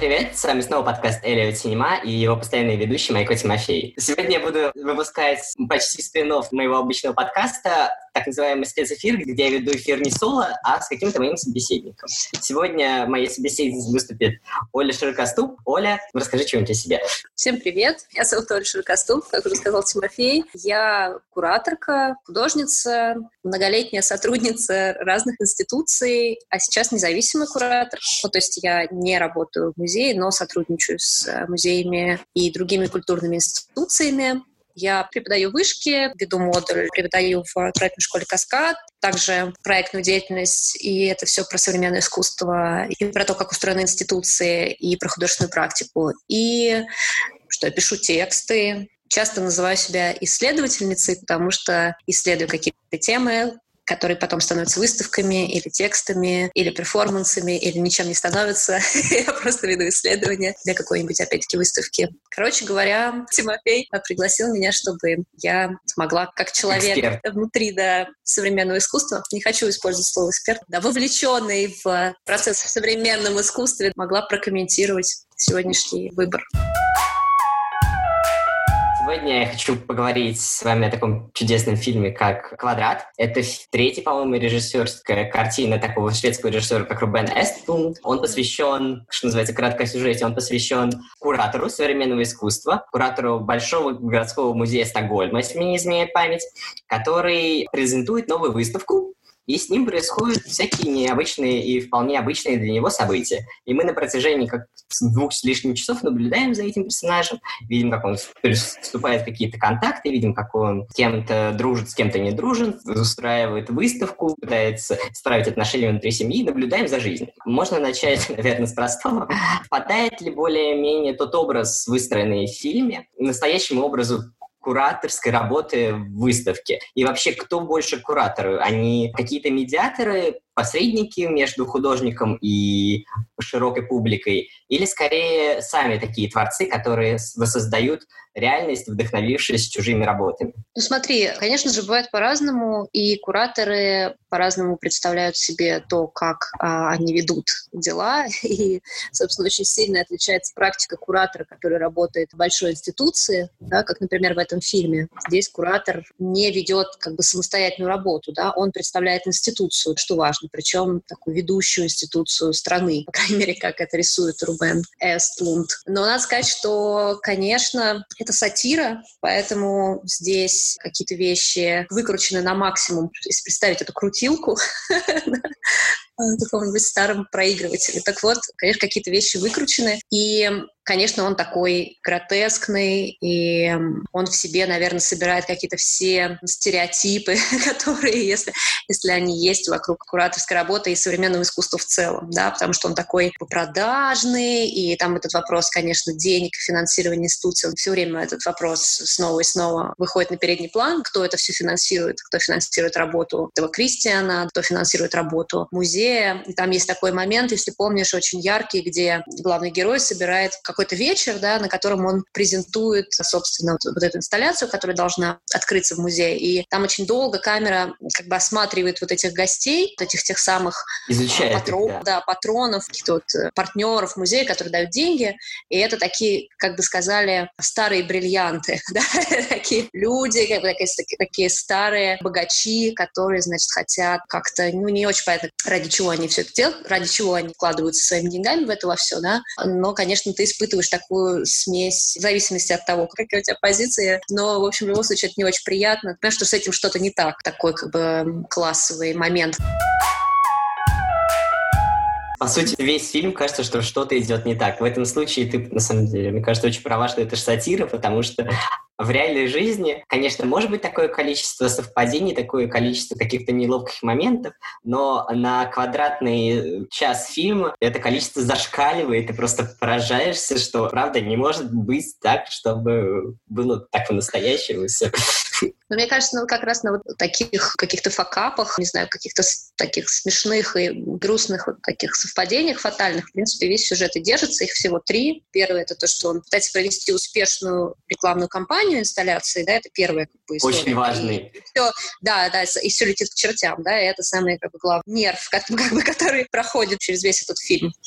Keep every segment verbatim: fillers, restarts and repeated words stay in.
привет! С вами снова подкаст Эллиот Синема и его постоянный ведущий Майко Тимофей. Сегодня я буду выпускать почти спин-офф моего обычного подкаста, так называемый спецэфир, где я веду эфир не соло, а с каким-то моим собеседником. Сегодня моей собеседницей выступит Оля Широкоступ. Оля, расскажи что-нибудь о себе. Всем привет! Меня зовут Оля Широкоступ, как уже сказал Тимофей. Я кураторка, художница, многолетняя сотрудница разных институций, а сейчас независимый куратор. Ну, то есть я не работаю в музее, но сотрудничаю с музеями и другими культурными институциями. Я преподаю в вышке, веду модуль, преподаю в проектной школе «Каскад», также проектную деятельность, и это все про современное искусство, и про то, как устроены институции, и про художественную практику. И что я пишу тексты, часто называю себя исследовательницей, потому что исследую какие-то темы, которые потом становятся выставками или текстами, или перформансами, или ничем не становятся. Я просто веду исследования для какой-нибудь, опять-таки, выставки. Короче говоря, Тимофей пригласил меня, чтобы я смогла, как человек Эксперт. внутри да, современного искусства, не хочу использовать слово «эксперт», да, вовлеченный в процесс в современном искусстве, могла прокомментировать сегодняшний выбор. Сегодня я хочу поговорить с вами о таком чудесном фильме, как «Квадрат». Это третья, по-моему, режиссерская картина такого шведского режиссера, как Рубен Östlund. Он посвящен, что называется, краткой сюжете, он посвящен куратору современного искусства, куратору Большого городского музея Стокгольма, если мне не изменяет память, который презентует новую выставку, и с ним происходят всякие необычные и вполне обычные для него события. И мы на протяжении как двух с лишним часов наблюдаем за этим персонажем, видим, как он вступает в какие-то контакты, видим, как он с кем-то дружит, с кем-то не дружит, устраивает выставку, пытается строить отношения внутри семьи, наблюдаем за жизнью. Можно начать, наверное, с простого. Хватает ли более-менее тот образ, выстроенный в фильме, настоящему образу кураторской работы в выставке? И вообще, кто больше кураторы? Они какие-то медиаторы, посредники между художником и широкой публикой? Или скорее сами такие творцы, которые воссоздают реальность, вдохновившись чужими работами? Ну смотри, конечно же, бывает по-разному, и кураторы по-разному представляют себе то, как а, они ведут дела, и, собственно, очень сильно отличается практика куратора, который работает в большой институции, да, как, например, в этом фильме. Здесь куратор не ведет как бы самостоятельную работу, да, он представляет институцию, что важно, причем такую ведущую институцию страны, по крайней мере, как это рисует Рубен Östlund. Но надо сказать, что, конечно, это сатира, поэтому здесь какие-то вещи выкручены на максимум. Если представить эту крутилку в каком-нибудь старом проигрывателе. Так вот, конечно, какие-то вещи выкручены. И, конечно, он такой гротескный, и он в себе, наверное, собирает какие-то все стереотипы, которые, если, если они есть вокруг кураторской работы и современного искусства в целом, да, потому что он такой продажный, и там этот вопрос, конечно, денег, финансирования институций, он все время этот вопрос снова и снова выходит на передний план, кто это все финансирует, кто финансирует работу этого Кристиана, кто финансирует работу музея. И там есть такой момент, если помнишь, очень яркий, где главный герой собирает какой-то вечер, да, на котором он презентует, собственно, вот, вот эту инсталляцию, которая должна открыться в музее. И там очень долго камера как бы осматривает вот этих гостей, вот этих тех самых Изучает патрон, их, да. Да, патронов, каких-то вот партнеров музея, которые дают деньги. И это такие, как бы сказали, старые бриллианты, да? Такие люди, как бы такие, такие старые богачи, которые, значит, хотят как-то, ну, не очень понятно, ради чего они все это делают, ради чего они вкладываются своими деньгами в это во все, да. Но, конечно, ты испытываешь такую смесь в зависимости от того, какая у тебя позиция. Но, в общем, в любом случае, это не очень приятно. Понимаешь, что с этим что-то не так. Такой, как бы, классовый момент. По сути, весь фильм кажется, что что-то идет не так. В этом случае ты, на самом деле, мне кажется, очень права, что это же сатира, потому что в реальной жизни, конечно, может быть такое количество совпадений, такое количество каких-то неловких моментов, но на квадратный час фильма это количество зашкаливает, ты просто поражаешься, что, правда, не может быть так, чтобы было так по-настоящему все. Но мне кажется, ну, как раз на вот таких каких-то факапах, не знаю, каких-то таких смешных и грустных вот таких совпадениях фатальных, в принципе, весь сюжет и держится. Их всего три. Первое — это то, что он пытается провести успешную рекламную кампанию инсталляции, да, это первая как бы история. Очень важный. И, и все, да, да, и все летит к чертям, да, и это самый как бы главный нерв, как, как бы, который проходит через весь этот фильм.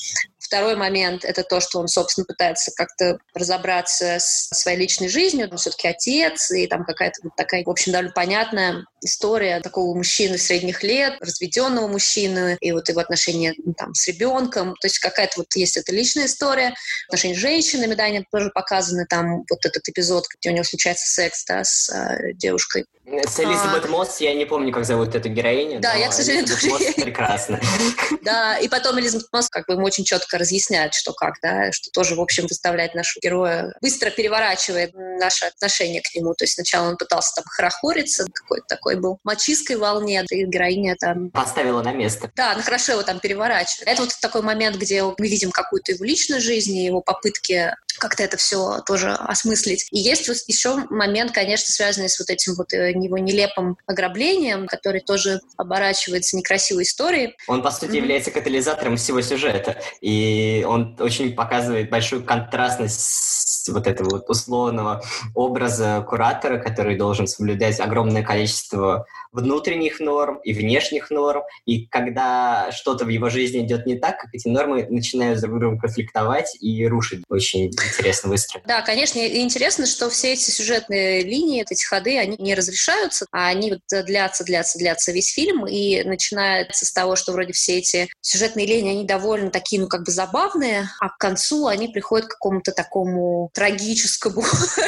Второй момент — это то, что он, собственно, пытается как-то разобраться с своей личной жизнью. Он все-таки отец, и там какая-то вот такая, в общем, довольно понятная история такого мужчины средних лет, разведенного мужчины, и вот его отношения ну, там, с ребенком. То есть какая-то вот есть эта личная история. Отношения с женщинами, да, они тоже показаны. Там вот этот эпизод, где у него случается секс, да, с э, девушкой. С Элизабет а... Мосс, я не помню, как зовут эту героиню. Да, я, к сожалению, Элизабет Мосс прекрасно. Да, и потом Элизабет Мосс как бы ему очень четко разъясняет, что как, да, что тоже, в общем, выставляет нашего героя, быстро переворачивает наше отношение к нему. То есть сначала он пытался там хорохориться, какой-то такой был мачистской волне, и героиня там... Поставила на место. Да, она хорошо его там переворачивает. Это вот такой момент, где мы видим какую-то его личную жизнь, его попытки как-то это все тоже осмыслить. И есть еще момент, конечно, связанный с вот этим вот его нелепым ограблением, который тоже оборачивается некрасивой историей. Он, по сути, mm-hmm. является катализатором всего сюжета. И он очень показывает большую контрастность вот этого вот условного образа куратора, который должен соблюдать огромное количество внутренних норм и внешних норм. И когда что-то в его жизни идет не так, как эти нормы начинают друг другом конфликтовать и рушить. Очень интересно выстроено. Да, конечно. И интересно, что все эти сюжетные линии, эти ходы, они не разрешаются, а они вот длятся, длятся, длятся весь фильм. И начинается с того, что вроде все эти сюжетные линии, они довольно такие, ну, как бы забавные, а к концу они приходят к какому-то такому трагическому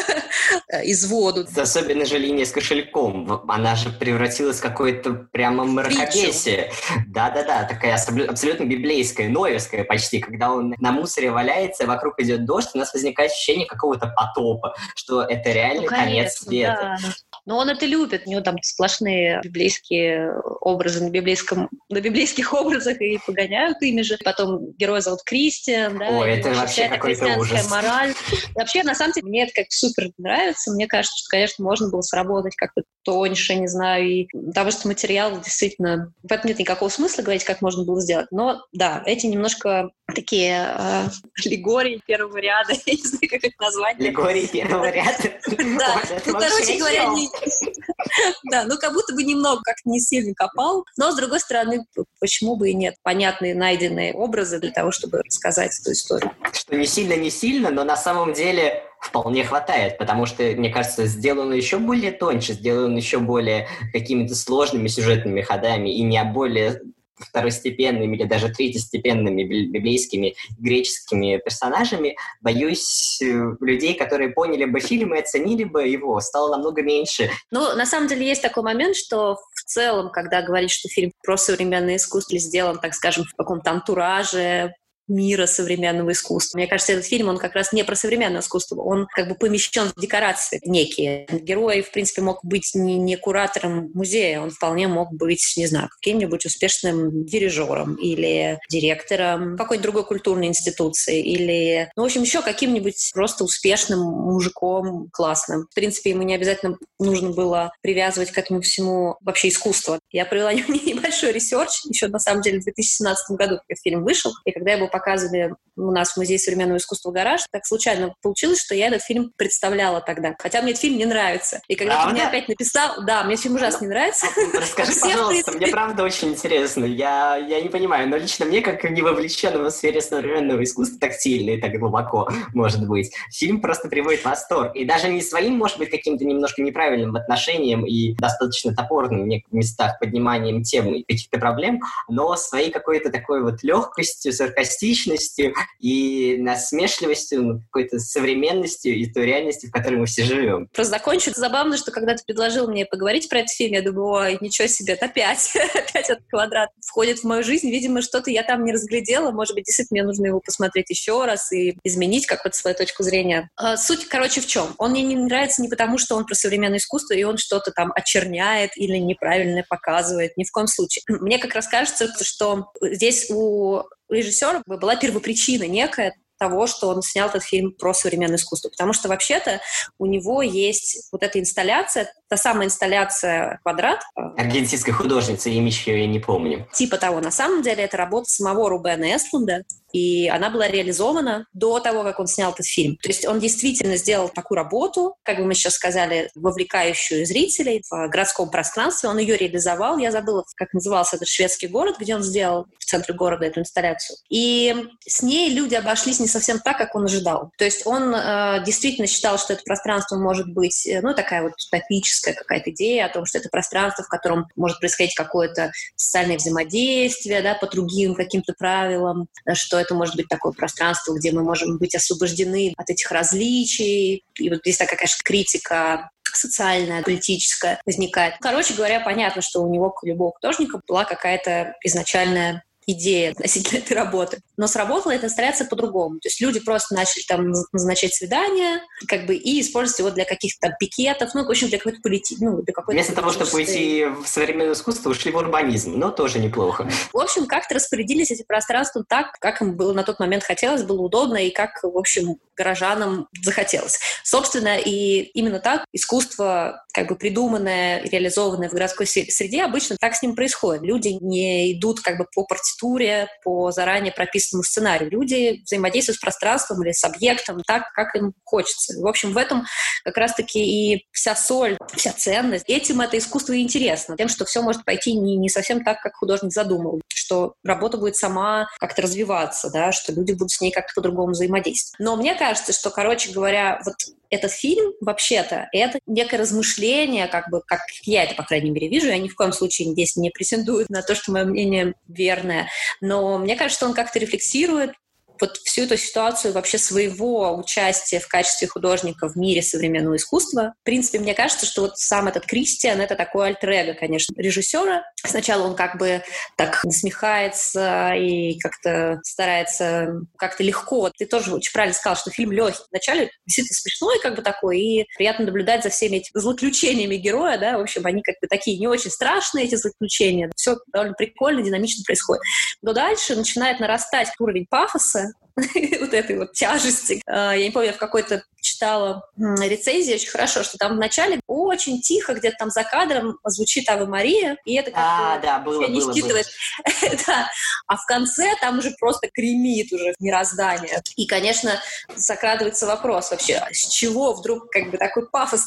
изводу. Особенно же линия с кошельком. Она же превратилась в какое-то прямо мракобесие. Да-да-да, такая абсолютно библейская, ноевская почти, когда он на мусоре валяется, вокруг идет дождь, у нас возникает ощущение какого-то потопа, что это реально ну, конечно, конец света. Да. Но он это любит, у него там сплошные библейские образы на, библейском, на библейских образах и погоняют ими же. Потом герой зовут Кристиан, да. Ой, это вообще какой-то ужас. Мораль. Вообще, на самом деле, мне это как супер нравится. Мне кажется, что, конечно, можно было сработать как-то тоньше, не знаю, и потому что материал действительно... В этом нет никакого смысла говорить, как можно было сделать. Но, да, эти немножко такие э, аллегории первого ряда, я не знаю, как это назвать. Аллегории первого ряда? Да, ну, короче говоря, да, ну, как будто бы немного как-то не сильно копал, но, с другой стороны, почему бы и нет? Понятные найденные образы для того, чтобы рассказать эту историю. Что не сильно, не сильно, но на самом деле вполне хватает, потому что, мне кажется, сделано еще более тоньше, сделано еще более какими-то сложными сюжетными ходами и не более второстепенными или даже третьестепенными библейскими греческими персонажами, боюсь, людей, которые поняли бы фильм и оценили бы его, стало намного меньше. Ну, на самом деле есть такой момент, что в целом, когда говорить, что фильм про современное искусство сделан, так скажем, в каком-то антураже мира современного искусства. Мне кажется, этот фильм, он как раз не про современное искусство, он как бы помещен в декорации некие. Герой, в принципе, мог быть не, не куратором музея, он вполне мог быть, не знаю, каким-нибудь успешным дирижером или директором какой-то другой культурной институции или, ну, в общем, еще каким-нибудь просто успешным мужиком классным. В принципе, ему не обязательно нужно было привязывать к этому всему вообще искусство. Я провела небольшой ресерч еще, на самом деле, в две тысячи семнадцатом году, когда фильм вышел, и когда я был показывали у нас в Музее современного искусства «Гараж», так случайно получилось, что я этот фильм представляла тогда. Хотя мне этот фильм не нравится. И когда правда? ты мне опять написал... Да, мне фильм ужасно не нравится. Расскажи, пожалуйста, мне правда очень интересно. Я, я не понимаю, но лично мне, как не вовлеченного в сфере современного искусства так сильно и так глубоко, может быть, фильм просто приводит в восторг. И даже не своим, может быть, каким-то немножко неправильным отношением и достаточно топорным в некоторых местах подниманием тем и каких-то проблем, но своей какой-то такой вот легкостью, саркастичностью и насмешливостью, какой-то современностью и той реальностью, в которой мы все живем. Просто закончу. Забавно, что когда ты предложил мне поговорить про этот фильм, я думаю, ой, ничего себе, это опять, опять этот квадрат входит в мою жизнь. Видимо, что-то я там не разглядела. Может быть, действительно, мне нужно его посмотреть еще раз и изменить как-то свою точку зрения. Суть, короче, в чем? Он мне не нравится не потому, что он про современное искусство, и он что-то там очерняет или неправильно показывает. Ни в коем случае. Мне как раз кажется, что здесь у режиссера была первопричина некая того, что он снял этот фильм про современное искусство. Потому что вообще-то у него есть вот эта инсталляция та самая инсталляция «Квадрат». Аргентинская художница, имя ее я не помню. Типа того. На самом деле это работа самого Рубена Эстлунда, и она была реализована до того, как он снял этот фильм. То есть он действительно сделал такую работу, как бы мы сейчас сказали, вовлекающую зрителей в городском пространстве. Он ее реализовал. Я забыла, как назывался этот шведский город, где он сделал в центре города эту инсталляцию. И с ней люди обошлись не совсем так, как он ожидал. То есть он э, действительно считал, что это пространство может быть, ну, такая вот утопическая какая-то идея о том, что это пространство, в котором может происходить какое-то социальное взаимодействие, да, по другим каким-то правилам, что это может быть такое пространство, где мы можем быть освобождены от этих различий. И вот здесь такая, конечно, критика социальная, политическая возникает. Короче говоря, понятно, что у него, у любого художника, была какая-то изначальная идея относительно этой работы. Но сработала эта инсталляция по-другому. То есть люди просто начали там назначать свидания, как бы, и использовать его для каких-то там пикетов, ну, в общем, для какой-то политики. Ну, для какой-то Вместо того, чтобы уйти в современное искусство, ушли в урбанизм, но тоже неплохо. В общем, как-то распорядились эти пространства так, как им было на тот момент хотелось, было удобно, и как, в общем, горожанам захотелось. Собственно, и именно так искусство, как бы придуманное, реализованное в городской среде, обычно так с ним происходит. Люди не идут как бы по партитуре, по заранее прописанному сценарию. Люди взаимодействуют с пространством или с объектом так, как им хочется. В общем, в этом как раз-таки и вся соль, вся ценность. Этим это искусство и интересно. Тем, что все может пойти не, не совсем так, как художник задумал. Что работа будет сама как-то развиваться, да, что люди будут с ней как-то по-другому взаимодействовать. Но мне кажется, что, короче говоря, вот этот фильм, вообще-то, это некое размышление, как бы, как я это, по крайней мере, вижу. Я ни в коем случае здесь не претендую на то, что мое мнение верное. Но мне кажется, что он как-то рефлексирует вот всю эту ситуацию вообще своего участия в качестве художника в мире современного искусства. В принципе, мне кажется, что вот сам этот Кристиан — это такой альтер-эго, конечно, режиссера. Сначала он как бы так насмехается и как-то старается как-то легко. Ты тоже очень правильно сказал, что фильм легкий. Вначале действительно смешной как бы такой, и приятно наблюдать за всеми этими злоключениями героя, да, в общем, они как бы такие не очень страшные, эти злоключения. Все довольно прикольно, динамично происходит. Но дальше начинает нарастать уровень пафоса, вот этой вот тяжести. Я не помню, я в какой-то читала рецензии очень хорошо, что там вначале очень тихо, где-то там за кадром звучит «Ave Maria», и это как-то а, да, было, не было, считывает. Да. А в конце там уже просто гремит уже мироздание. И, конечно, закрадывается вопрос вообще, с чего вдруг как бы такой пафос,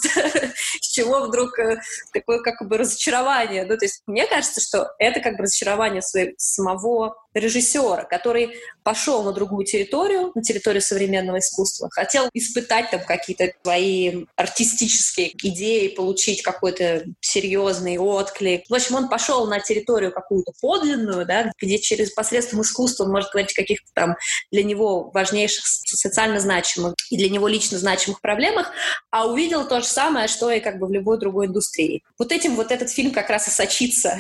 с чего вдруг такое как бы разочарование. Ну, то есть мне кажется, что это как бы разочарование своего самого режиссера, который пошел на другую территорию, на территорию современного искусства, хотел испытать там какие-то свои артистические идеи, получить какой-то серьезный отклик. В общем, он пошел на территорию какую-то подлинную, да, где через посредством искусства он может говорить о каких-то там для него важнейших социально значимых и для него лично значимых проблемах, а увидел то же самое, что и как бы в любой другой индустрии. Вот этим вот этот фильм как раз и сочится,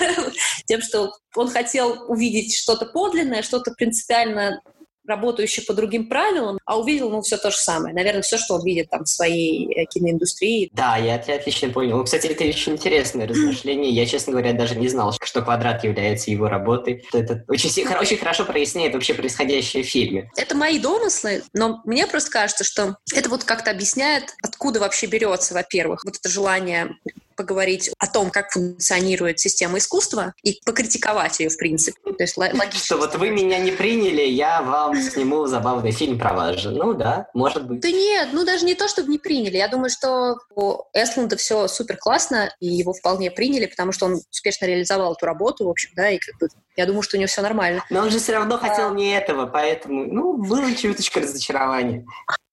тем, что он хотел увидеть что-то подлинное, что-то принципиально работающее по другим правилам, а увидел, ну, все то же самое. Наверное, все, что он видит там в своей киноиндустрии. Да, я тебя отлично понял. Ну, кстати, это очень интересное размышление. Я, честно говоря, даже не знал, что «Квадрат» является его работой. Это очень, очень хорошо проясняет вообще происходящее в фильме. Это мои домыслы, но мне просто кажется, что это вот как-то объясняет, откуда вообще берется, во-первых, вот это желание поговорить о том, как функционирует система искусства и покритиковать ее, в принципе. То есть логично. Что вот вы меня не приняли, я вам сниму забавный фильм про вас же. Ну да, может быть. Да нет, ну даже не то, чтобы не приняли. Я думаю, что у Эстлунда все супер классно, и его вполне приняли, потому что он успешно реализовал эту работу, в общем, да, и как бы я думаю, что у него все нормально. Но он же все равно хотел а... не этого, поэтому, ну, было чуточка разочарования.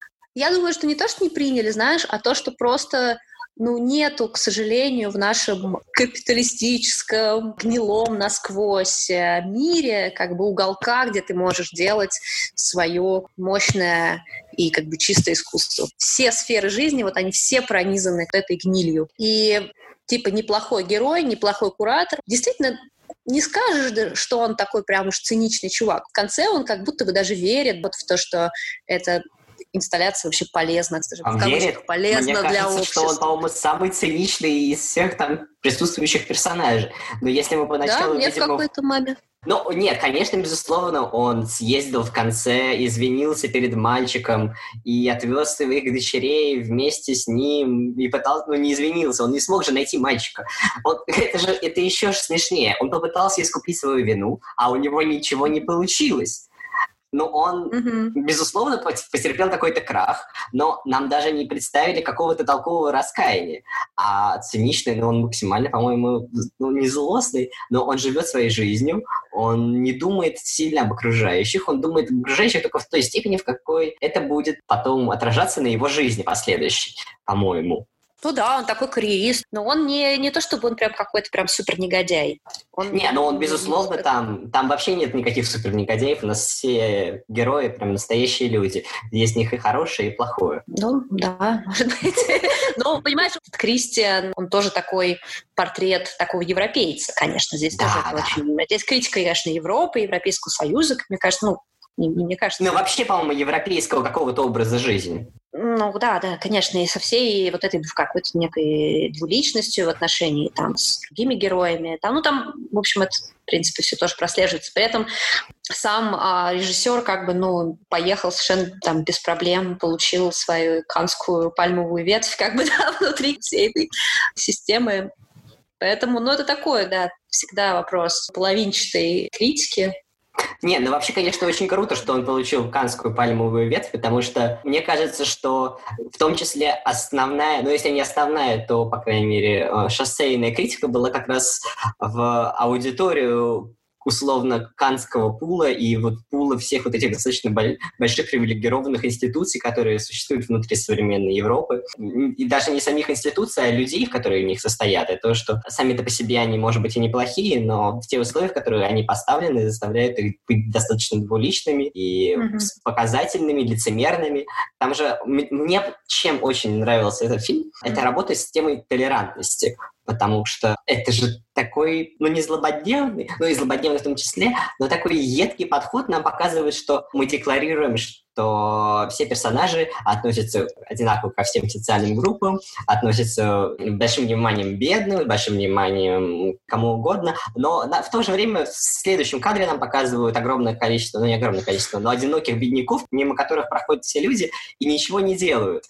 Я думаю, что не то, что не приняли, знаешь, а то, что просто... Ну, нету, к сожалению, в нашем капиталистическом, гнилом насквозь мире как бы уголка, где ты можешь делать свое мощное и как бы чистое искусство. Все сферы жизни, вот они все пронизаны этой гнилью. И типа неплохой герой, неплохой куратор. Действительно, не скажешь, что он такой прям уж циничный чувак. В конце он как будто бы даже верит вот в то, что это... инсталляция вообще полезна, скажем, он в кавычках, верит? полезна Мне для кажется, общества. что он, по-моему, самый циничный из всех там присутствующих персонажей. Но если мы поначалу да, мне видим... в какой-то момент. Ну, нет, конечно, безусловно, он съездил в конце, извинился перед мальчиком и отвез своих дочерей вместе с ним и пытался, ну, не извинился, он не смог же найти мальчика. Он, это же, это еще смешнее. Он попытался искупить свою вину, а у него ничего не получилось. Ну, он, mm-hmm. безусловно, потерпел какой-то крах, но нам даже не представили какого-то толкового раскаяния. А циничный, ну, он максимально, по-моему, ну, не злостный, но он живет своей жизнью, он не думает сильно об окружающих, он думает об окружающих только в той степени, в какой это будет потом отражаться на его жизни последующей, по-моему. Ну да, он такой карьерист, но он не, не то, чтобы он прям какой-то прям супер негодяй. Он, не, ну он, безусловно, не... там, там вообще нет никаких супер негодяев, у нас все герои прям настоящие люди. Есть в них и хорошее, и плохое. Ну, да, может быть. Но, понимаешь, Кристиан, он тоже такой портрет такого европейца, конечно, здесь тоже очень... Здесь критика, конечно, Европы, Европейского Союза, мне кажется, ну, не, мне кажется... Ну, вообще, по-моему, европейского какого-то образа жизни. Ну, да, да, конечно, и со всей вот этой какой-то некой двуличностью в отношении там с другими героями. Там, ну, там, в общем, это, в принципе, все тоже прослеживается. При этом сам а, режиссер как бы, ну, поехал совершенно там без проблем, получил свою каннскую пальмовую ветвь как бы, да, внутри всей этой системы. Поэтому, ну, это такое, да, всегда вопрос половинчатой критики. Не, ну вообще, конечно, очень круто, что он получил каннскую пальмовую ветвь, потому что мне кажется, что в том числе основная, ну если не основная, то, по крайней мере, шоссейная критика была как раз в аудиторию условно каннского пула и вот пула всех вот этих достаточно больших привилегированных институций, которые существуют внутри современной Европы. И даже не самих институций, а людей, в которые в них состоят. Это то, что сами-то по себе они, может быть, и неплохие, но в те условия, в которые они поставлены, заставляют их быть достаточно двуличными и mm-hmm. показательными, лицемерными. Там же мне чем очень нравился этот фильм, mm-hmm. это работа с темой толерантности. Потому что это же такой, ну, не злободневный, ну, и злободневный в том числе, но такой едкий подход нам показывает, что мы декларируем, что все персонажи относятся одинаково ко всем социальным группам, относятся с большим вниманием к бедным, с большим вниманием к кому угодно, но на, в то же время в следующем кадре нам показывают огромное количество, ну, не огромное количество, но одиноких бедняков, мимо которых проходят все люди и ничего не делают.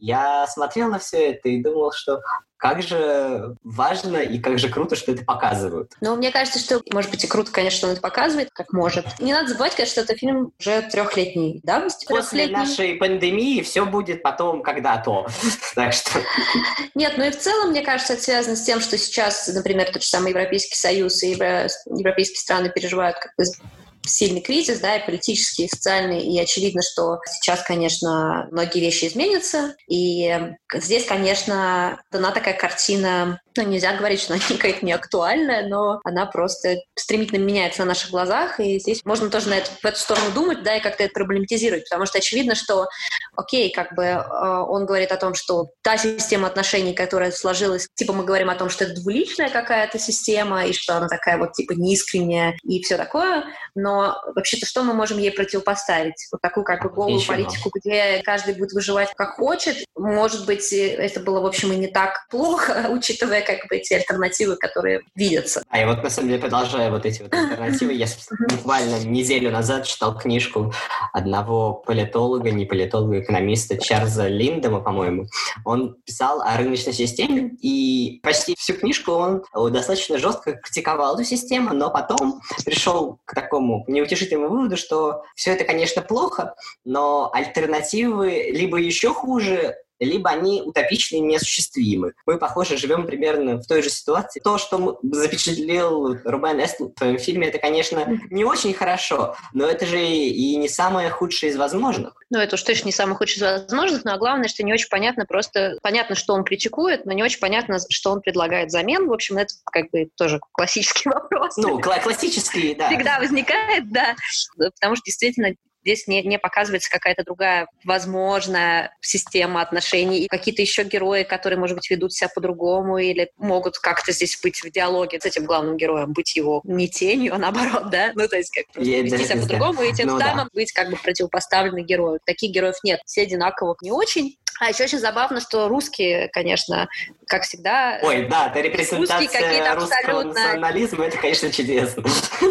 Я смотрел на все это и думал, что как же важно и как же круто, что это показывают. Ну, мне кажется, что, может быть, и круто, конечно, что он это показывает, как может. Не надо забывать, конечно, что это фильм уже трехлетний давности. После трехлетний. Нашей пандемии все будет потом когда-то. Так что... Нет, ну и в целом, мне кажется, это связано с тем, что сейчас, например, тот же самый Европейский Союз и европейские страны переживают как бы сильный кризис, да, и политический, и социальный, и очевидно, что сейчас, конечно, многие вещи изменятся, и здесь, конечно, дана такая картина, ну, нельзя говорить, что она какая-то не актуальная, но она просто стремительно меняется на наших глазах, и здесь можно тоже на эту, в эту сторону думать, да, и как-то это проблематизировать, потому что очевидно, что, окей, как бы он говорит о том, что та система отношений, которая сложилась, типа мы говорим о том, что это двуличная какая-то система, и что она такая вот, типа, неискренняя, и все такое, но вообще-то что мы можем ей противопоставить? Вот такую как бы голую Ничего. политику, где каждый будет выживать как хочет. Может быть, это было, в общем, и не так плохо, учитывая как бы эти альтернативы, которые видятся. А я вот, на самом деле, продолжая вот эти вот альтернативы, я буквально неделю назад читал книжку одного политолога, не политолога, экономиста Чарльза Линдема, по-моему. Он писал о рыночной системе, и почти всю книжку он достаточно жестко критиковал эту систему, но потом пришел к такому неутешительному выводу, что все это, конечно, плохо, но альтернативы либо еще хуже, либо они утопичны и неосуществимы. Мы, похоже, живем примерно в той же ситуации. То, что запечатлел Рубен Эст в твоем фильме, это, конечно, не очень хорошо, но это же и не самое худшее из возможных. Ну, это уж точно не самое худшее из возможных, но главное, что не очень понятно просто... Понятно, что он критикует, но не очень понятно, что он предлагает взамен. В общем, это как бы тоже классический вопрос. Ну, кла- классический, да. Всегда возникает, да. Потому что действительно здесь не, не показывается какая-то другая возможная система отношений, и какие-то еще герои, которые, может быть, ведут себя по-другому или могут как-то здесь быть в диалоге с этим главным героем, быть его не тенью, а наоборот, да? Ну, то есть как просто yeah, вести себя по-другому и тем ну, самым да. быть как бы противопоставлены герою. Таких героев нет. Все одинаково не очень. А еще очень забавно, что русские, конечно, как всегда... Ой, да, это репрезентация русского абсолютно... национализма, это, конечно, чудесно.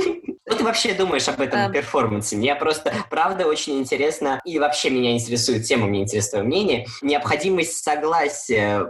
Что ты вообще думаешь об этом А... перформансе? Мне просто, правда, очень интересно, и вообще меня интересует тема, мне интересует твое мнение, необходимость согласия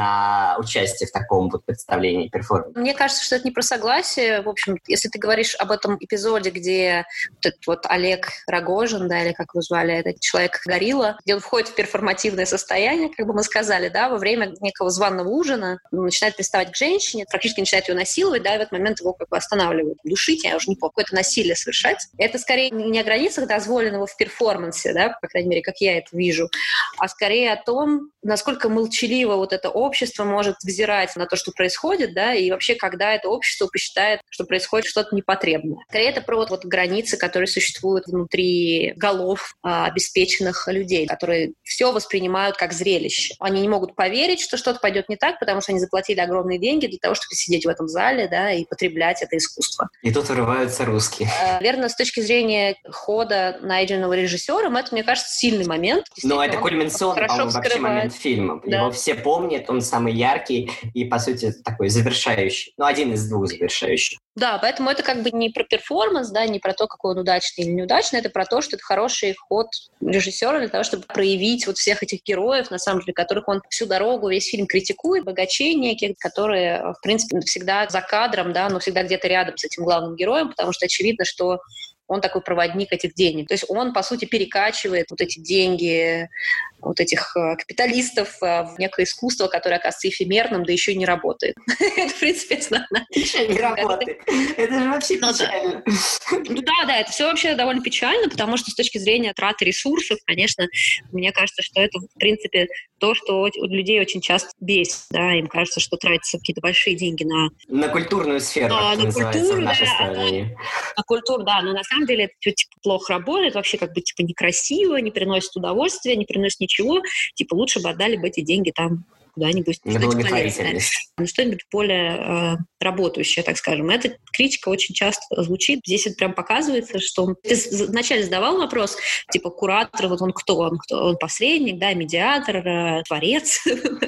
на участие в таком вот представлении перформанса. Мне кажется, что это не про согласие. В общем, если ты говоришь об этом эпизоде, где вот этот вот Олег Рогожин, да, или как его звали, этот человек-горилла, где он входит в перформативное состояние, как бы мы сказали, да, во время некого званого ужина, он начинает приставать к женщине, практически начинает ее насиловать, да, и в этот момент его как бы останавливают. Душить, я уже не помню, какое-то насилие совершать. Это скорее не о границах дозволенного в перформансе, да, по крайней мере, как я это вижу, а скорее о том, насколько молчаливо вот это общество может взирать на то, что происходит, да, и вообще, когда это общество посчитает, что происходит что-то непотребное. Скорее, это про вот, вот границы, которые существуют внутри голов а, обеспеченных людей, которые все воспринимают как зрелище. Они не могут поверить, что что-то пойдет не так, потому что они заплатили огромные деньги для того, чтобы сидеть в этом зале, да, и потреблять это искусство. И тут вырываются русские. А, верно, с точки зрения хода, найденного режиссером, это, мне кажется, сильный момент. Но это кульминационный, по-моему, вообще момент фильма. Да. Его все помнят, он самый яркий и, по сути, такой завершающий. Ну, один из двух завершающих. Да, поэтому это как бы не про перформанс, да, не про то, какой он удачный или неудачный, это про то, что это хороший ход режиссера для того, чтобы проявить вот всех этих героев, на самом деле, которых он всю дорогу, весь фильм критикует, богачей неких, которые, в принципе, всегда за кадром, да, но всегда где-то рядом с этим главным героем, потому что очевидно, что он такой проводник этих денег. То есть он, по сути, перекачивает вот эти деньги вот этих капиталистов в некое искусство, которое, оказывается, эфемерным, да еще и не работает. Это, в принципе, основная. Еще не работает. Это же вообще печально. Ну да, да, это все вообще довольно печально, потому что с точки зрения траты ресурсов, конечно, мне кажется, что это, в принципе, то, что у людей очень часто бесит, да, им кажется, что тратятся какие-то большие деньги на... На культурную сферу, как это называется в нашей стране. На культуру, да, но на самом деле это типа, плохо работает, вообще как бы типа некрасиво, не приносит удовольствия, не приносит ничего, типа лучше бы отдали бы эти деньги там куда-нибудь, на благотворительность. Ну, что-нибудь более э, работающее, так скажем. Эта критика очень часто звучит. Здесь это прям показывается, что... Ты вначале задавал вопрос, типа, куратор, вот он кто? Он, кто? Он посредник, да, медиатор, э, творец,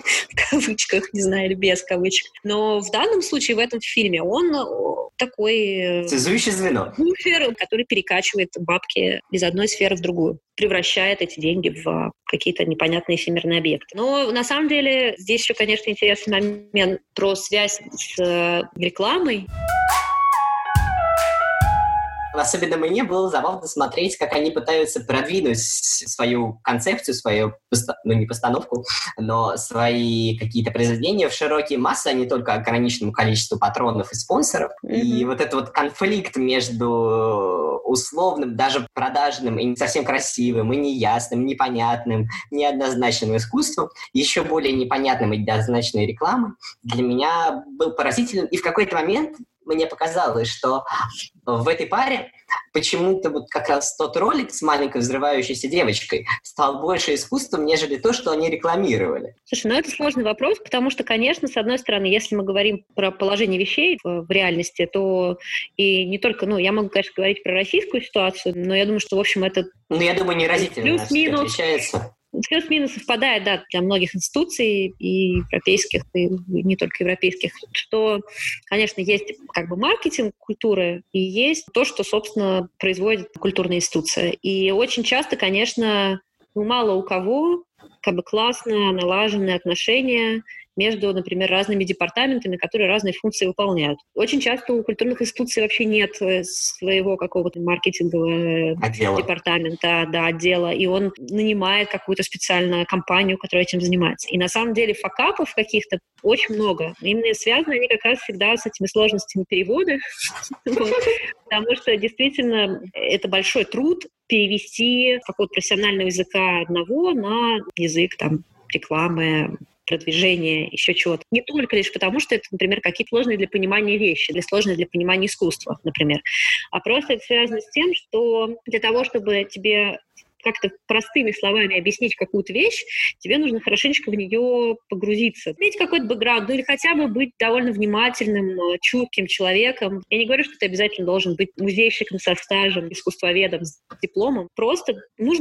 в кавычках, не знаю, или без кавычек. Но в данном случае, в этом фильме, он такой... Связующее звено. Буфер, который перекачивает бабки из одной сферы в другую, превращает эти деньги в какие-то непонятные эфемерные объекты. Но на самом деле здесь еще, конечно, интересный момент про связь с э, рекламой. Особенно мне было забавно смотреть, как они пытаются продвинуть свою концепцию, свою, ну не постановку, но свои какие-то произведения в широкие массы, а не только ограниченному количеству патронов и спонсоров. Mm-hmm. И вот этот вот конфликт между условным, даже продажным и не совсем красивым, и неясным, непонятным, неоднозначным искусством, еще более непонятным и неоднозначной рекламой, для меня был поразительным. И в какой-то момент мне показалось, что в этой паре почему-то вот как раз тот ролик с маленькой взрывающейся девочкой стал больше искусством, нежели то, что они рекламировали. Слушай, ну это сложный вопрос, потому что, конечно, с одной стороны, если мы говорим про положение вещей в, в реальности, то и не только, ну, я могу, конечно, говорить про российскую ситуацию, но я думаю, что, в общем, это... Ну, я думаю, неразительно плюс-минус отличается. Плюс-минус совпадает, да, для многих институций и европейских, и не только европейских, что, конечно, есть как бы маркетинг культуры и есть то, что, собственно, производит культурная институция. И очень часто, конечно, ну, мало у кого как бы классно налаженные отношения между, например, разными департаментами, которые разные функции выполняют. Очень часто у культурных институций вообще нет своего какого-то маркетингового отдела. департамента, да, отдела, и он нанимает какую-то специальную компанию, которая этим занимается. И на самом деле факапов каких-то очень много. Именно связаны они как раз всегда с этими сложностями перевода, потому что действительно это большой труд перевести какого-то профессионального языка одного на язык там рекламы, продвижения, еще чего-то. Не только лишь потому, что это, например, какие-то сложные для понимания вещи, или сложные для понимания искусства, например. А просто это связано с тем, что для того, чтобы тебе как-то простыми словами объяснить какую-то вещь, тебе нужно хорошенечко в нее погрузиться. Иметь какой-то бэкграунд, ну или хотя бы быть довольно внимательным, чутким человеком. Я не говорю, что ты обязательно должен быть музейщиком со стажем, искусствоведом с дипломом. Просто нужно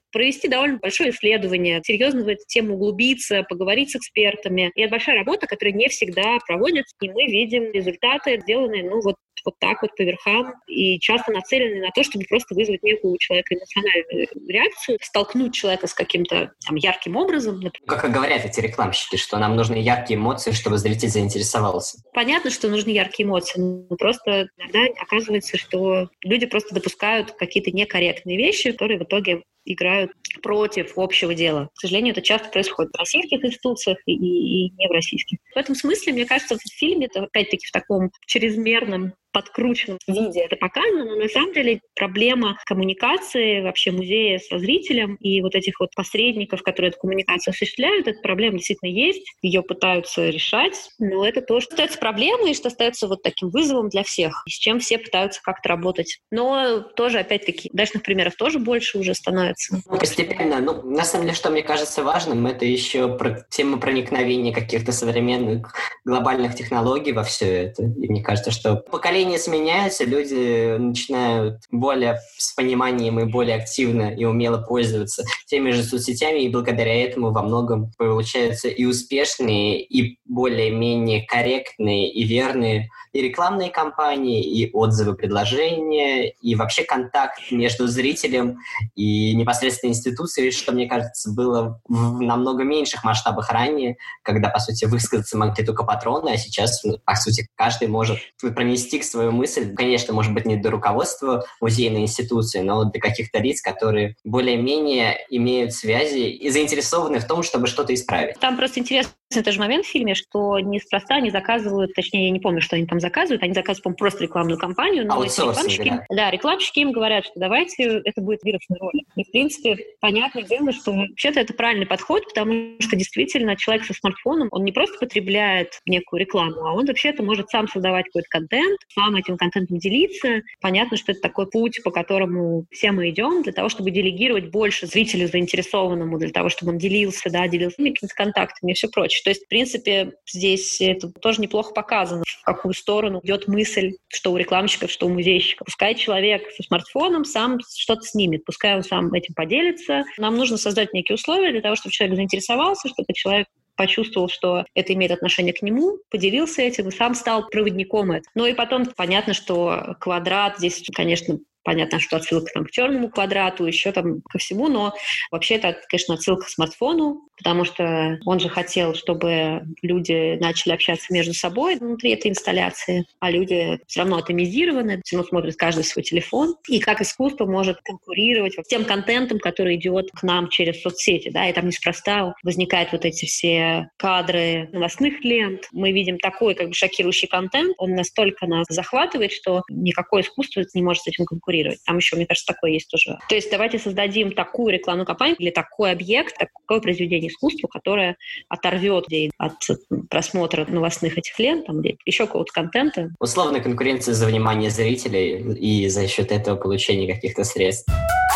провести довольно большое исследование, серьезно в эту тему углубиться, поговорить с экспертами. И это большая работа, которая не всегда проводится, и мы видим результаты, сделанные, ну, вот вот так вот по верхам, и часто нацелены на то, чтобы просто вызвать некую у человека эмоциональную реакцию, столкнуть человека с каким-то там ярким образом. Например. Как и говорят эти рекламщики, что нам нужны яркие эмоции, чтобы зритель заинтересовался. Понятно, что нужны яркие эмоции, но просто иногда оказывается, что люди просто допускают какие-то некорректные вещи, которые в итоге играют против общего дела. К сожалению, это часто происходит в российских институциях и, и, и не в российских. В этом смысле, мне кажется, в фильме это опять-таки в таком чрезмерном подкрученном виде это показано, но на самом деле проблема коммуникации вообще музея со зрителем и вот этих вот посредников, которые эту коммуникацию осуществляют, эта проблема действительно есть, ее пытаются решать, но это тоже остается проблемой, что остается вот таким вызовом для всех, с чем все пытаются как-то работать. Но тоже, опять-таки, удачных примеров тоже больше уже становится. Ну, постепенно. Ну, на самом деле, что мне кажется важным, это еще про тему проникновения каких-то современных глобальных технологий во все это. И мне кажется, что поколение сменяются, люди начинают более с пониманием и более активно и умело пользоваться теми же соцсетями, и благодаря этому во многом получаются и успешные, и более-менее корректные и верные и рекламные кампании, и отзывы, предложения, и вообще контакт между зрителем и непосредственно институцией, что, мне кажется, было в намного меньших масштабах ранее, когда, по сути, высказаться могли только патроны, а сейчас, по сути, каждый может пронести к свою мысль, конечно, может быть, не до руководства музейной институции, но до каких-то лиц, которые более-менее имеют связи и заинтересованы в том, чтобы что-то исправить. Там просто интересный тоже момент в фильме, что неспроста они заказывают, точнее, я не помню, что они там заказывают, они заказывают, по-моему, просто рекламную кампанию, но рекламщики, да. да, рекламщики им говорят, что давайте, это будет вирусный ролик. И, в принципе, понятное дело, что вообще-то это правильный подход, потому что действительно человек со смартфоном, он не просто потребляет некую рекламу, а он вообще-то может сам создавать какой-то контент, сам этим контентом делиться. Понятно, что это такой путь, по которому все мы идем, для того, чтобы делегировать больше зрителю заинтересованному, для того, чтобы он делился, да, делился какими-то контактами и все прочее. То есть, в принципе, здесь это тоже неплохо показано, в какую сторону идет мысль, что у рекламщиков, что у музейщиков. Пускай человек со смартфоном сам что-то снимет, пускай он сам этим поделится. Нам нужно создать некие условия для того, чтобы человек заинтересовался, чтобы человек почувствовал, что это имеет отношение к нему, поделился этим и сам стал проводником этого. Ну и потом понятно, что «Квадрат» здесь, конечно, понятно, что отсылка там, к «Черному квадрату», еще там ко всему, но вообще это, конечно, отсылка к смартфону, потому что он же хотел, чтобы люди начали общаться между собой внутри этой инсталляции, а люди все равно атомизированы, все равно смотрят каждый свой телефон. И как искусство может конкурировать с тем контентом, который идет к нам через соцсети, да, и там неспроста возникают вот эти все кадры новостных лент. Мы видим такой как бы шокирующий контент, он настолько нас захватывает, что никакое искусство не может с этим конкурировать. Там еще, мне кажется, такое есть тоже. То есть давайте создадим такую рекламную кампанию или такой объект, такое произведение искусства, которое оторвет людей от просмотра новостных этих лент, там, еще какого-то контента. Условная конкуренция за внимание зрителей и за счет этого получения каких-то средств.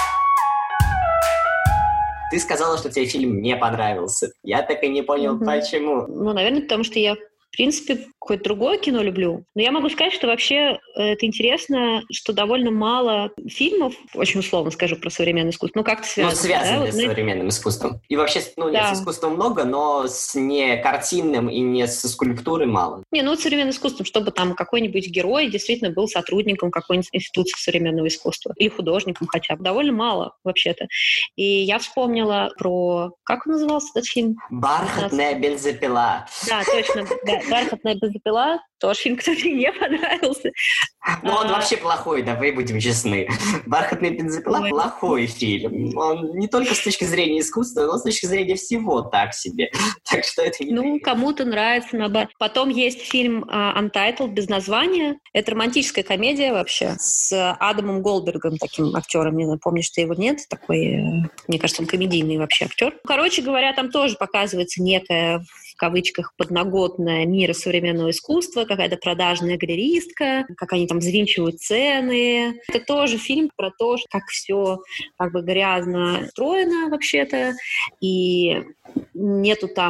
Ты сказала, что тебе фильм не понравился. Я так и не понял, mm-hmm. почему. Ну, наверное, потому что я в принципе, какое-то другое кино люблю. Но я могу сказать, что вообще это интересно, что довольно мало фильмов, очень условно скажу про современное искусство, ну как-то связано. Ну, связанные да? с современным искусством. И вообще, ну, нет, да. с искусством много, но с не картинным и не со скульптурой мало. Не, ну, с современным искусством, чтобы там какой-нибудь герой действительно был сотрудником какой-нибудь институции современного искусства. Или художником хотя бы. Довольно мало, вообще-то. И я вспомнила про... Как он назывался, этот фильм? «Бархатная бензопила». Да, точно. «Бархатная бензопила». Тоже фильм, который мне не понравился. Ну, он а... вообще плохой, давай будем честны. «Бархатная бензопила» Ой. плохой фильм. Он не только с точки зрения искусства, но с точки зрения всего так себе. Так что это не... Ну, кому-то нравится. Наоборот. Потом есть фильм uh, «Untitled», без названия. Это романтическая комедия вообще с Адамом Голдбергом, таким актером. Не знаю, помнишь, что его нет? Такой, мне кажется, он комедийный вообще актер. Короче говоря, там тоже показывается некая, в кавычках, подноготная мира современного искусства, какая-то продажная галеристка, как они там взвинчивают цены. Это тоже фильм про то, как все как бы грязно устроено вообще-то, и нету там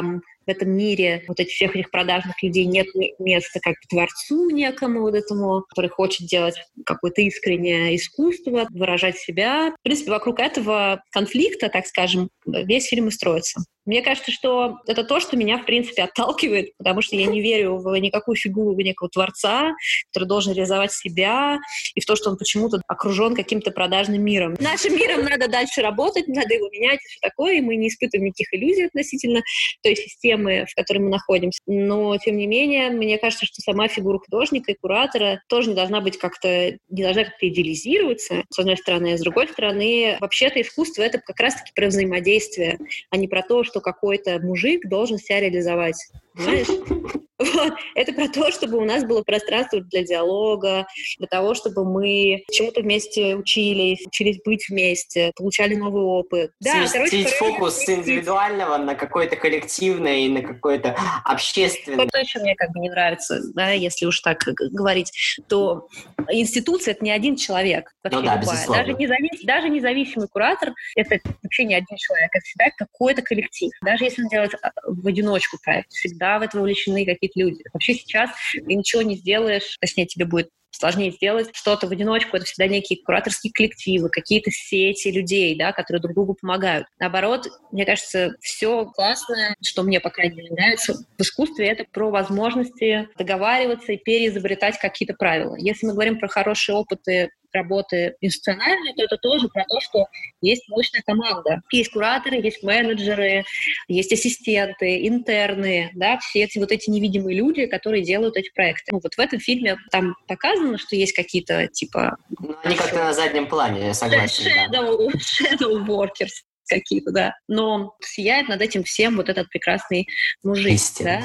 в этом мире вот этих всех этих продажных людей нет места как творцу некому вот этому, который хочет делать какое-то искреннее искусство, выражать себя. В принципе, вокруг этого конфликта, так скажем, весь фильм и строится. Мне кажется, что это то, что меня, в принципе, отталкивает, потому что я не верю в никакую фигуру некого творца, который должен реализовать себя, и в то, что он почему-то окружен каким-то продажным миром. Нашим миром надо дальше работать, надо его менять и все такое, и мы не испытываем никаких иллюзий относительно той системы, в которой мы находимся. Но, тем не менее, мне кажется, что сама фигура художника и куратора тоже не должна быть как-то, не должна как-то идеализироваться, с одной стороны, а с другой стороны, вообще-то искусство — это как раз-таки про взаимодействие, а не про то, что какой-то мужик должен себя реализовать. Понимаешь? Вот. Это про то, чтобы у нас было пространство для диалога, для того, чтобы мы чему-то вместе учились, учились быть вместе, получали новый опыт. Да, сместить фокус с индивидуального на какое-то коллективное и на какое-то общественное. Что еще мне как бы не нравится, да, если уж так говорить, то институция — это не один человек. Ну да, безусловно. Даже, независ... Даже независимый куратор — это вообще не один человек, это всегда какой-то коллектив. Даже если он делает в одиночку проект, всегда в это вовлечены какие-то люди. Вообще сейчас ты ничего не сделаешь, точнее, тебе будет сложнее сделать что-то в одиночку. Это всегда некие кураторские коллективы, какие-то сети людей, да, которые друг другу помогают. Наоборот, мне кажется, все классное, что мне, по крайней мере, нравится в искусстве, это про возможности договариваться и переизобретать какие-то правила. Если мы говорим про хорошие опыты работы институциональной, то это тоже про то, что есть мощная команда. Есть кураторы, есть менеджеры, есть ассистенты, интерны, да, все эти вот эти невидимые люди, которые делают эти проекты. Ну, вот в этом фильме там показано, что есть какие-то, типа... Ну, они как-то на заднем плане, я согласен. Shadow, да. shadow workers какие-то, да. Но сияет над этим всем вот этот прекрасный мужик. Да?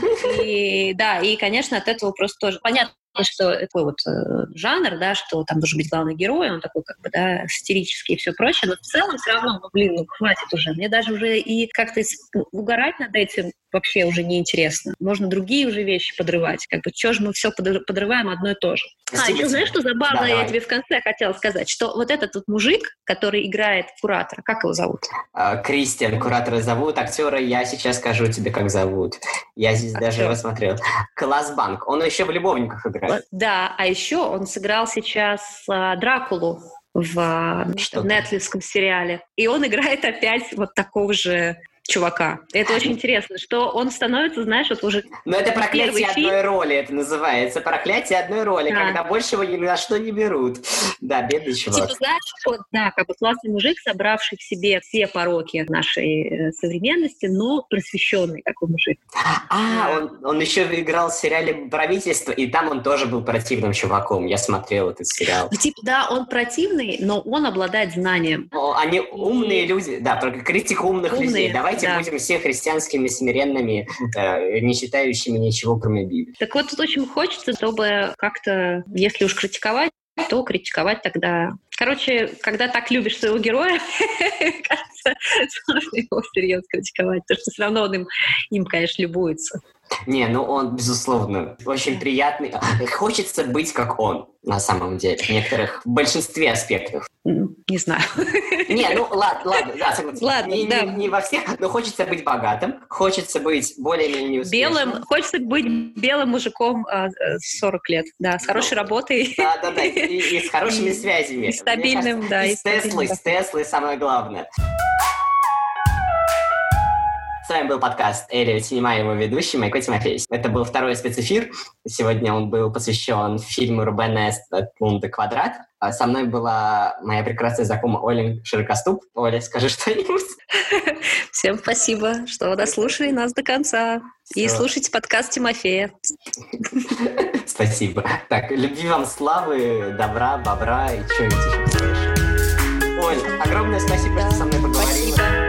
И, да, и, конечно, от этого просто тоже понятно, что такой вот э, жанр, да, что там должен быть главный герой, он такой как бы, да, сатирический и все прочее, но в целом все равно, ну, блин, ну, хватит уже. Мне даже уже и как-то угорать над этим вообще уже неинтересно. Можно другие уже вещи подрывать. Как бы, чё же мы все подрываем одно и то же. А, еще знаешь, что забавно, да, я тебе в конце хотела сказать, что вот этот вот мужик, который играет куратора, как его зовут? А, Кристиан, куратора зовут, актера я сейчас скажу тебе, как зовут. Я здесь Актер. даже его смотрел. Класс Банк. Он еще в «Любовниках» играет. Да, а еще он сыграл сейчас а, Дракулу в, в нетфликсском сериале. И он играет опять вот такого же чувака. Это очень интересно, что он становится, знаешь, вот уже... Но это проклятие одной роли, это называется. Проклятие одной роли, да. Когда больше его ни на что не берут. Да, бедный чувак. Типа, знаешь, вот, да, как бы классный мужик, собравший в себе все пороки нашей современности, но просвещенный такой мужик. А, он, он еще играл в сериале «Правительство», и там он тоже был противным чуваком. Я смотрел этот сериал. Ну, типа, да, он противный, но он обладает знанием. О, они умные и... люди, да, только критика умных умные. людей. Давайте Да. будем все христианскими смиренными, э, не считающими ничего, кроме Библии. Так вот, тут очень хочется, чтобы как-то, если уж критиковать, то критиковать тогда... Короче, когда так любишь своего героя, кажется, сложно его всерьез критиковать, потому что все равно он им, им, конечно, любуется. Не, ну он, безусловно, очень приятный. Хочется быть как он, на самом деле, в некоторых, в большинстве аспектов. Не знаю. Не, ну ладно, ладно, да, согласен. Ладно, не, да. Не, не во всех, но хочется быть богатым, хочется быть более-менее успешным. Белым, хочется быть белым мужиком а, сорок лет, да, с хорошей ну, работой. Да, да, да, и, и с хорошими связями. И стабильным, кажется, да. И с Теслой, с Теслой самое главное. С вами был подкаст «Элиот Синема», его ведущий Майко Тимофеевич. Это был второй спецэфир. Сегодня он был посвящен фильму Рубена Эстлунда «Квадрат». А со мной была моя прекрасная знакомая Оля Широкоступ. Оля, скажи что-нибудь. Всем спасибо, что дослушали нас до конца. Все. И слушайте подкаст Тимофея. Спасибо. Так, любви вам, славы, добра, бобра и что-нибудь еще. Оль, огромное спасибо, что со мной поговорила. Спасибо.